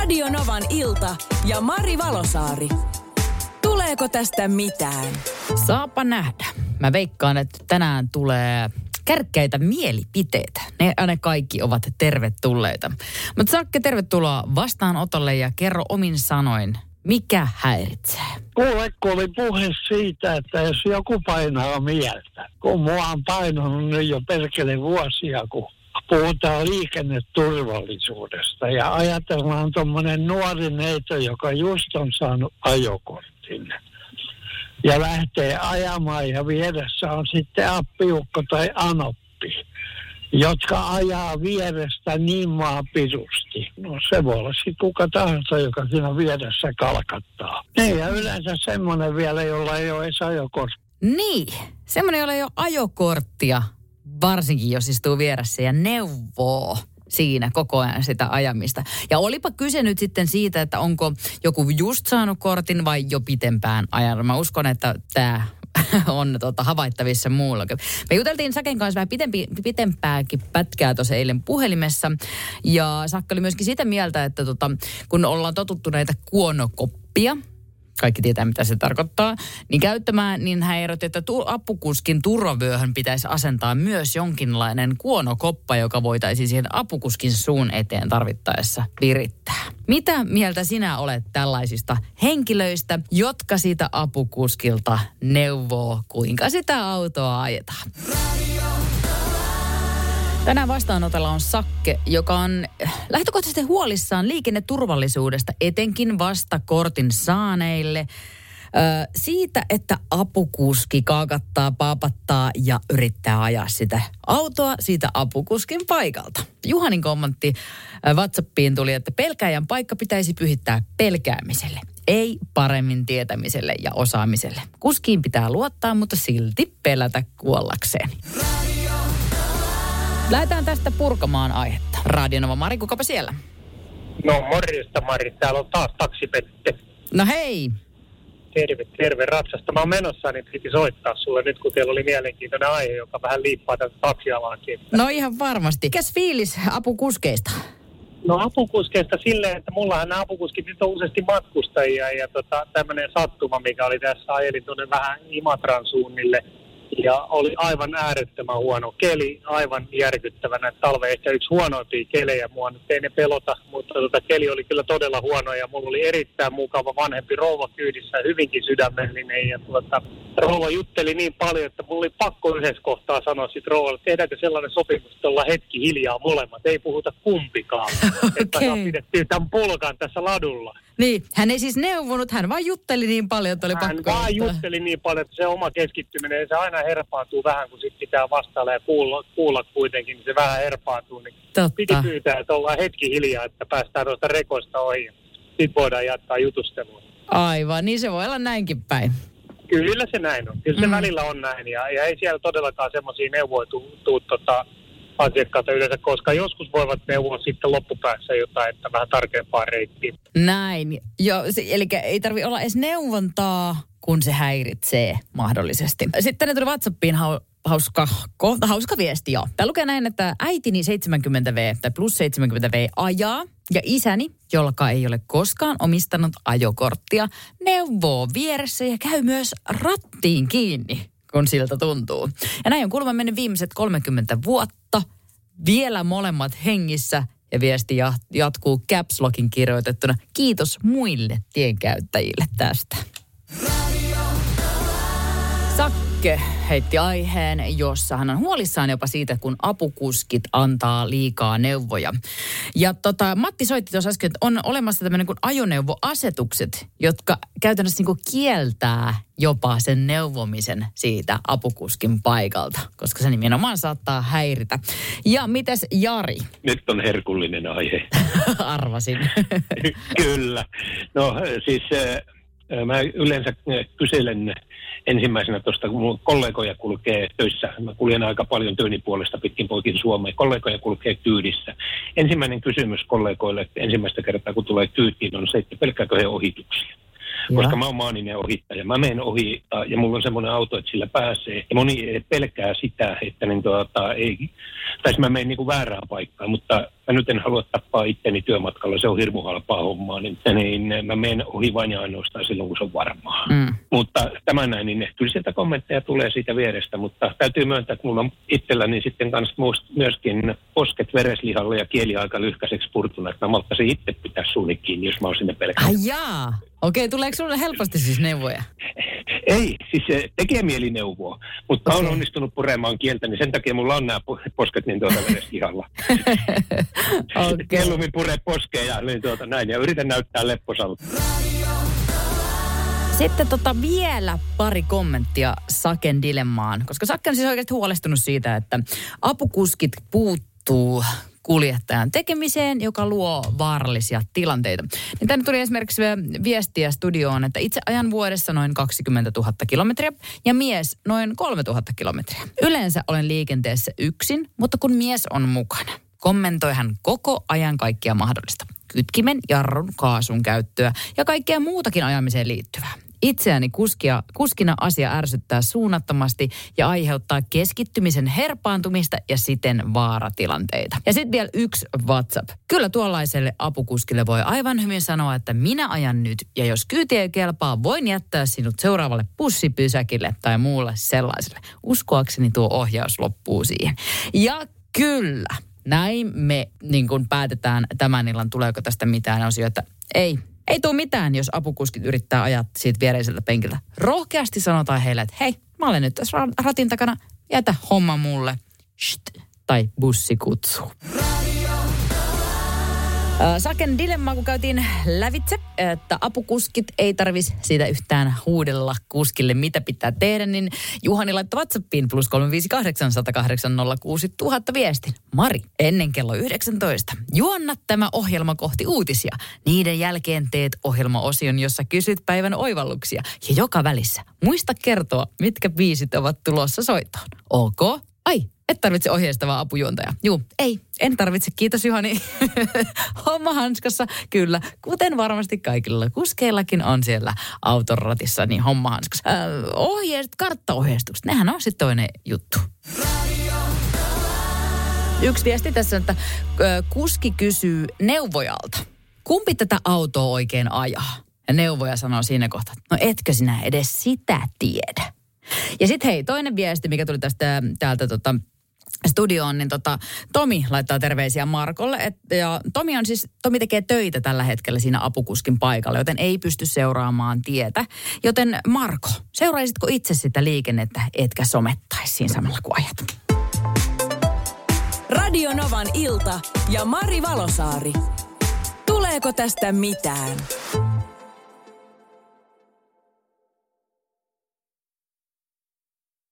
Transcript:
Radio Novan ilta ja Mari Valosaari. Tuleeko tästä mitään? Saapa nähdä. Mä veikkaan, että tänään tulee kärkkäitä mielipiteitä. Ne kaikki ovat tervetulleita. Mutta Sakke, tervetuloa vastaanotolle ja kerro omin sanoin, mikä häiritsee? Kuule, kun oli puhe siitä, että jos joku painaa mieltä, kun mua on painanut nyt jo perkele vuosia, kun puhutaan liikenneturvallisuudesta ja ajatellaan tuommoinen nuori neito, joka just on saanut ajokortin ja lähtee ajamaan ja vieressä on sitten appiukko tai anoppi, jotka ajaa vierestä niin maapirusti. No se voi olla sitten kuka tahansa, joka siinä vieressä kalkattaa. Niin ja yleensä semmoinen vielä, jolla ei ole edes ajokorttia. Niin, semmoinen, jolla ei ole ajokorttia, varsinkin jos istuu vieressä ja neuvoo siinä koko ajan sitä ajamista. Ja olipa kyse nyt sitten siitä, että onko joku just saanut kortin vai jo pitempään ajan. Mä uskon, että tämä on havaittavissa muullakin. Me juteltiin Saken kanssa vähän pitempääkin pätkää tuossa eilen puhelimessa. Ja Sakka oli myöskin sitä mieltä, että kun ollaan totuttu näitä kuonokoppia, kaikki tietää, mitä se tarkoittaa, niin käyttämään, niin hän ehdotti, että apukuskin turvavyöhön pitäisi asentaa myös jonkinlainen kuonokoppa, joka voitaisiin siihen apukuskin suun eteen tarvittaessa virittää. Mitä mieltä sinä olet tällaisista henkilöistä, jotka siitä apukuskilta neuvoo, kuinka sitä autoa ajetaan? Tänään vastaanotolla on Sakke, joka on lähtökohtaisesti huolissaan liikenneturvallisuudesta, etenkin vasta kortin saaneille. Siitä, että apukuski kaakattaa, paapattaa ja yrittää ajaa sitä autoa siitä apukuskin paikalta. Juhanin kommentti WhatsAppiin tuli, että pelkääjän paikka pitäisi pyhittää pelkäämiselle, ei paremmin tietämiselle ja osaamiselle. Kuskiin pitää luottaa, mutta silti pelätä kuollakseen. Lähdetään tästä purkamaan aihetta. Radio Nova Mari, kukapa siellä? No morjesta Mari, täällä on taas taksipette. No hei. Terve ratsasta. Mä oon menossa, niin piti soittaa sulle nyt, kun teillä oli mielenkiintoinen aihe, joka vähän liippaa tästä taksialaankin. No ihan varmasti. Mikäs fiilis apukuskeista? No apukuskeista silleen, että mullahan nämä apukuskit nyt on useasti matkustajia ja tämmöinen sattuma, mikä oli tässä, ajelin tuonne vähän Imatran suunnille. Ja oli aivan äärettömän huono keli, aivan järkyttävänä. Talve ehkä yksi huonoimpia kelejä. Mua nyt ei ne pelota, mutta keli oli kyllä todella huono. Ja mulla oli erittäin mukava vanhempi rouva kyydissä, hyvinkin sydämellinen. Ja rouva jutteli niin paljon, että mulla oli pakko yhdessä kohtaa sanoa sitten rouvalle, että tehdäänkö sellainen sopimus, että ollaan hetki hiljaa molemmat. Ei puhuta kumpikaan. Että pidettiin tämän pulkan tässä ladulla. Niin, hän ei siis neuvonut, hän vaan jutteli niin paljon, että oli pakko. Hän vaan jutteli niin paljon, että se oma keskittyminen, se aina herpaantuu vähän, kun sitten pitää vastailla ja kuulla kuitenkin, niin se vähän herpaantuu. Niin piti pyytää, että ollaan hetki hiljaa, että päästään noista rekoista ohi. Sitten voidaan jatkaa jutustelua. Aivan, niin se voi olla näinkin päin. Kyllä se näin on. Kyllä se välillä on näin. Ja ei siellä todellakaan semmoisia neuvoja tuu asiakkaita yleensä, koska joskus voivat neuvoa sitten loppupäässä jotain, että vähän tarkempaa reittiä. Näin. Eli ei tarvitse olla edes neuvontaa, kun se häiritsee mahdollisesti. Sitten ne tuli WhatsAppiin hauska viesti, joo. Tää lukee näin, että äitini 70V tai plus 70V ajaa ja isäni, jolka ei ole koskaan omistanut ajokorttia, neuvoo vieressä ja käy myös rattiin kiinni, kun siltä tuntuu. Ja näin on kuulemma mennyt viimeiset 30 vuotta, vielä molemmat hengissä ja viesti jatkuu caps lockin kirjoitettuna. Kiitos muille tienkäyttäjille tästä. Sakke heitti aiheen, jossa hän on huolissaan jopa siitä, kun apukuskit antaa liikaa neuvoja. Ja Matti soitti tuossa äsken, että on olemassa tämmöinen kuin ajoneuvoasetukset, jotka käytännössä niin kuin kieltää jopa sen neuvomisen siitä apukuskin paikalta, koska se nimenomaan saattaa häiritä. Ja mites Jari? Nyt on herkullinen aihe. Arvasin. Kyllä. No siis mä yleensä kyselen ensimmäisenä tuosta, kun mun kollegoja kulkee töissä. Mä kuljen aika paljon työni puolesta pitkin poikin Suomeen. Kollegoja kulkee kyydissä. Ensimmäinen kysymys kollegoille, että ensimmäistä kertaa kun tulee kyytiin, on se, että pelkääkö he ohituksia. Ja. Koska mä oon maaninen ohittaja. Mä menen ohi ja mulla on semmoinen auto, että sillä pääsee. Ja moni pelkää sitä, että niin ei, tai mä menen niin kuin väärään paikkaan. Mutta mä nyt en halua tappaa itteni työmatkalla, se on hirmu halpaa hommaa, niin mä menen ohi vain ja ainoastaan silloin, kun se on varmaa. Mutta tämä näin, niin kyllä sieltä kommentteja tulee siitä vierestä, mutta täytyy myöntää, että mulla on itselläni sitten kanssa myöskin posket vereslihalla ja kieli aika lyhkäiseksi purtuna, että mä malttaisin itse pitää suuni kiinni, jos mä oon sinne pelkästään. Ai jaa. Okei, tuleeko sinulle helposti siis neuvoja? Ei, siis tekee mieli neuvoa, mutta on onnistunut puremaan kieltä, niin sen takia mulla on nämä posket niin vereslihalla. Mieluummin pure poskeen ja niin näin, ja yritän näyttää lepposalta. Sitten vielä pari kommenttia Saken dilemmaan, koska Sakke on siis oikeasti huolestunut siitä, että apukuskit puuttuu kuljettajan tekemiseen, joka luo vaarallisia tilanteita. Niin tänne tuli esimerkiksi viestiä studioon, että itse ajan vuodessa noin 20 000 kilometriä ja mies noin 3 000 kilometriä. Yleensä olen liikenteessä yksin, mutta kun mies on mukana, kommentoi hän koko ajan kaikkia mahdollista. Kytkimen, jarrun, kaasun käyttöä ja kaikkea muutakin ajamiseen liittyvää. Itseäni kuskina asia ärsyttää suunnattomasti ja aiheuttaa keskittymisen herpaantumista ja siten vaaratilanteita. Ja sitten vielä yksi WhatsApp. Kyllä tuollaiselle apukuskille voi aivan hyvin sanoa, että minä ajan nyt ja jos kyyti ei kelpaa, voin jättää sinut seuraavalle bussipysäkille tai muulle sellaiselle. Uskoakseni tuo ohjaus loppuu siihen. Ja kyllä, näin me niin kun päätetään tämän illan, tuleeko tästä mitään osioita. Ei tule mitään, jos apukuskit yrittää ajaa siitä viereiseltä penkiltä. Rohkeasti sanotaan heille, että hei, mä olen nyt tässä ratin takana, jätä homma mulle. Tai bussi kutsuu. Saken dilemmaa, kun käytiin lävitse, että apukuskit ei tarvisi siitä yhtään huudella kuskille, mitä pitää tehdä, niin Juhani laittoi WhatsAppiin +358 108 06000 viestin. Mari, ennen kello 19. Juonna tämä ohjelma kohti uutisia. Niiden jälkeen teet ohjelmaosion, jossa kysyt päivän oivalluksia. Ja joka välissä muista kertoa, mitkä biisit ovat tulossa soittoon. Ok? Ai, et tarvitse ohjeistavaa apujuontajaa. Juu, en tarvitse. Kiitos Juhani. Homma hanskassa, kyllä. Kuten varmasti kaikilla kuskeillakin on siellä auton ratissa, niin homma hanskassa. Karttaohjeistukset, nehän on sitten toinen juttu. Yksi viesti tässä, että kuski kysyy neuvojalta. Kumpi tätä autoa oikein ajaa? Ja neuvoja sanoo siinä kohtaa, no etkö sinä edes sitä tiedä? Ja sitten hei, toinen viesti, mikä tuli täältä studioon, niin Tomi laittaa terveisiä Markolle. Ja Tomi tekee töitä tällä hetkellä siinä apukuskin paikalla, joten ei pysty seuraamaan tietä. Joten Marko, seuraisitko itse sitä liikennettä, etkä somettaisi siinä samalla kuin ajat? Radio Novan ilta ja Mari Valosaari. Tuleeko tästä mitään?